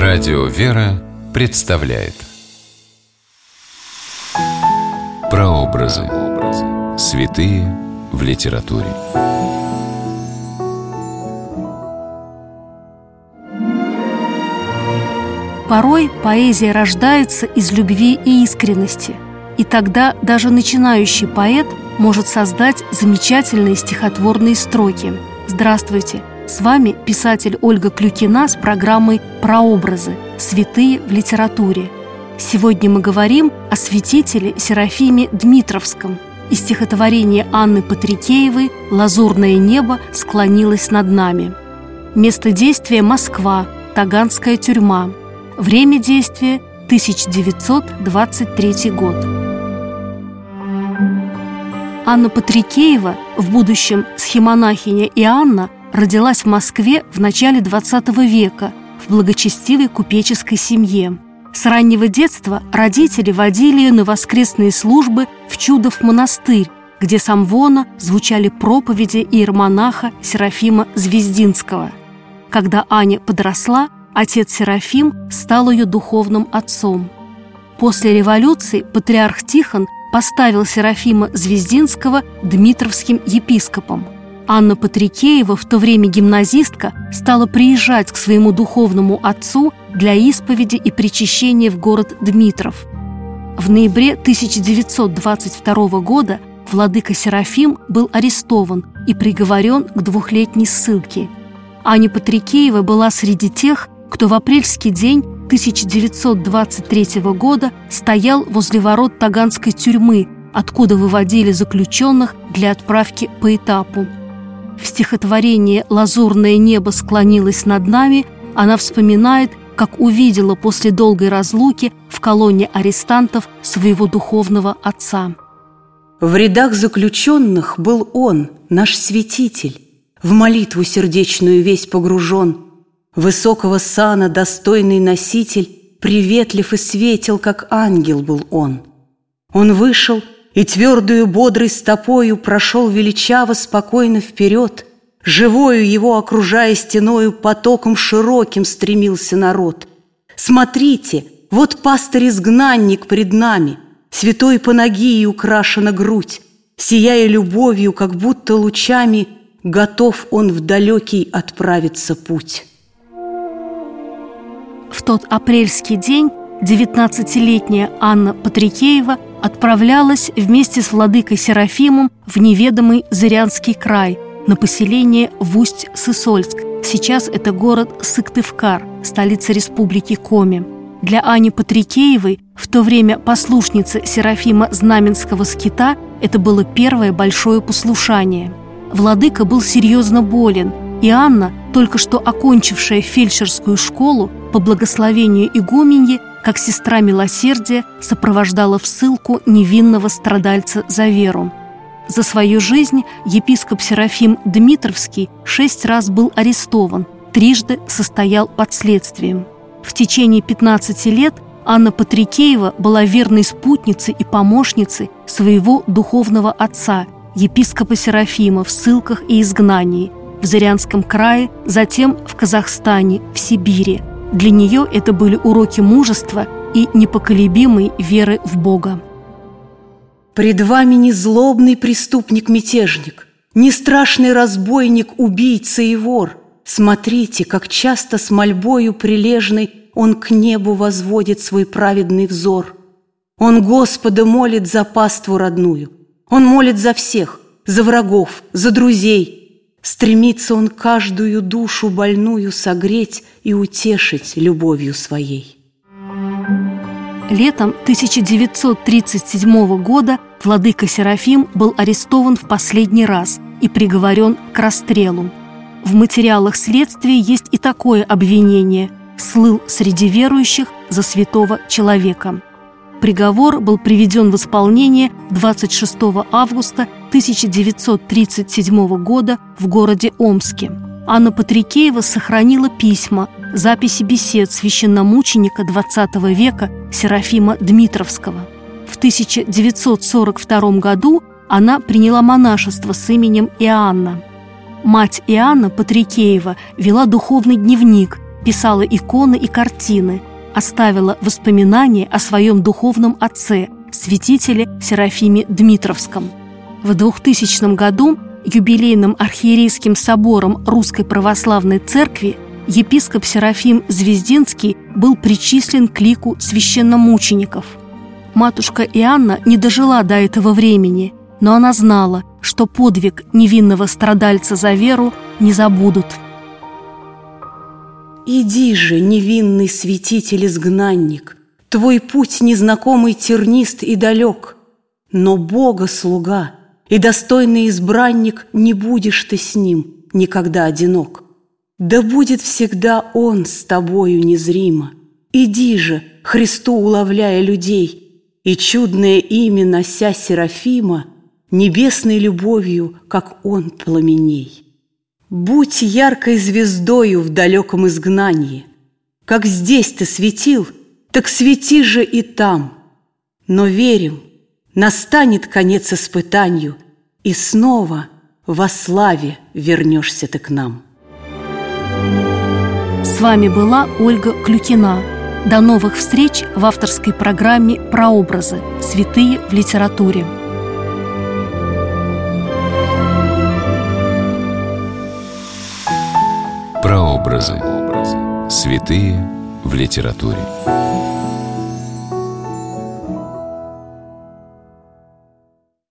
Радио «Вера» представляет Прообразы. Святые в литературе. Порой поэзия рождается из любви и искренности, и тогда даже начинающий поэт может создать замечательные стихотворные строки. Здравствуйте! С вами писатель Ольга Клюкина с программой «Прообразы. Святые в литературе». Сегодня мы говорим о святителе Серафиме Дмитровском. Из стихотворения Анны Патрикеевой «Лазурное небо склонилось над нами». Место действия – Москва, Таганская тюрьма. Время действия – 1923 год. Анна Патрикеева, в будущем схимонахиня Иоанна, родилась в Москве в начале XX века в благочестивой купеческой семье. С раннего детства родители водили ее на воскресные службы в Чудов монастырь, где с амвона звучали проповеди иеромонаха Серафима Звездинского. Когда Аня подросла, отец Серафим стал ее духовным отцом. После революции патриарх Тихон поставил Серафима Звездинского дмитровским епископом. Анна Патрикеева, в то время гимназистка, стала приезжать к своему духовному отцу для исповеди и причащения в город Дмитров. В ноябре 1922 года владыка Серафим был арестован и приговорен к 2-летней ссылке. Аня Патрикеева была среди тех, кто в апрельский день 1923 года стоял возле ворот Таганской тюрьмы, откуда выводили заключенных для отправки по этапу. В стихотворении «Лазурное небо склонилось над нами» она вспоминает, как увидела после долгой разлуки в колонне арестантов своего духовного отца. В рядах заключенных был он, наш святитель, в молитву сердечную весь погружен. Высокого сана достойный носитель, приветлив и светел, как ангел был он. Он вышел и твердую бодрой стопою прошел величаво спокойно вперед. Живою его окружая стеною потоком широким стремился народ. Смотрите, вот пастырь-изгнанник пред нами, святой Панагией украшена грудь, сияя любовью, как будто лучами, готов он в далекий отправиться путь. В тот апрельский день 19-летняя Анна Патрикеева отправлялась вместе с владыкой Серафимом в неведомый Зырянский край, на поселение в Усть-Сысольск. Сейчас это город Сыктывкар, столица республики Коми. Для Ани Патрикеевой, в то время послушницы Серафима Знаменского скита, это было первое большое послушание. Владыка был серьезно болен, и Анна, только что окончившая фельдшерскую школу, по благословению игуменьи, как сестра милосердия, сопровождала в ссылку невинного страдальца за веру. За свою жизнь епископ Серафим Дмитровский 6 раз был арестован, 3 состоял под следствием. В течение 15 лет Анна Патрикеева была верной спутницей и помощницей своего духовного отца, епископа Серафима, в ссылках и изгнании, в Зырянском крае, затем в Казахстане, в Сибири. Для нее это были уроки мужества и непоколебимой веры в Бога. «Пред вами не злобный преступник-мятежник, не страшный разбойник, убийца и вор. Смотрите, как часто с мольбою прилежной он к небу возводит свой праведный взор. Он Господа молит за паству родную, он молит за всех, за врагов, за друзей. Стремится он каждую душу больную согреть и утешить любовью своей». Летом 1937 года владыка Серафим был арестован в последний раз и приговорен к расстрелу. В материалах следствия есть и такое обвинение: слыл среди верующих за святого человека. Приговор был приведен в исполнение 26 августа 1937 года в городе Омске. Анна Патрикеева сохранила письма, записи бесед священномученика XX века Серафима Дмитровского. В 1942 году она приняла монашество с именем Иоанна. Мать Иоанна Патрикеева вела духовный дневник писала иконы и картины, оставила воспоминания о своем духовном отце, святителе Серафиме Дмитровском. В 2000 году юбилейным архиерейским собором Русской Православной Церкви епископ Серафим Звездинский был причислен к лику священномучеников. Матушка Иоанна не дожила до этого времени, но она знала, что подвиг невинного страдальца за веру не забудут. Иди же, невинный святитель-изгнанник, твой путь незнакомый тернист и далек, но Бога слуга и достойный избранник, не будешь ты с ним никогда одинок. Да будет всегда Он с тобою незримо. Иди же, Христу уловляя людей, и чудное имя нося Серафима, небесной любовью, как Он пламеней. Будь яркой звездою в далеком изгнании. Как здесь ты светил, так свети же и там. Но верим, настанет конец испытанию, и снова во славе вернешься ты к нам. С вами была Ольга Клюкина. До новых встреч в авторской программе «Прообразы. Святые в литературе». Прообразы. Святые в литературе.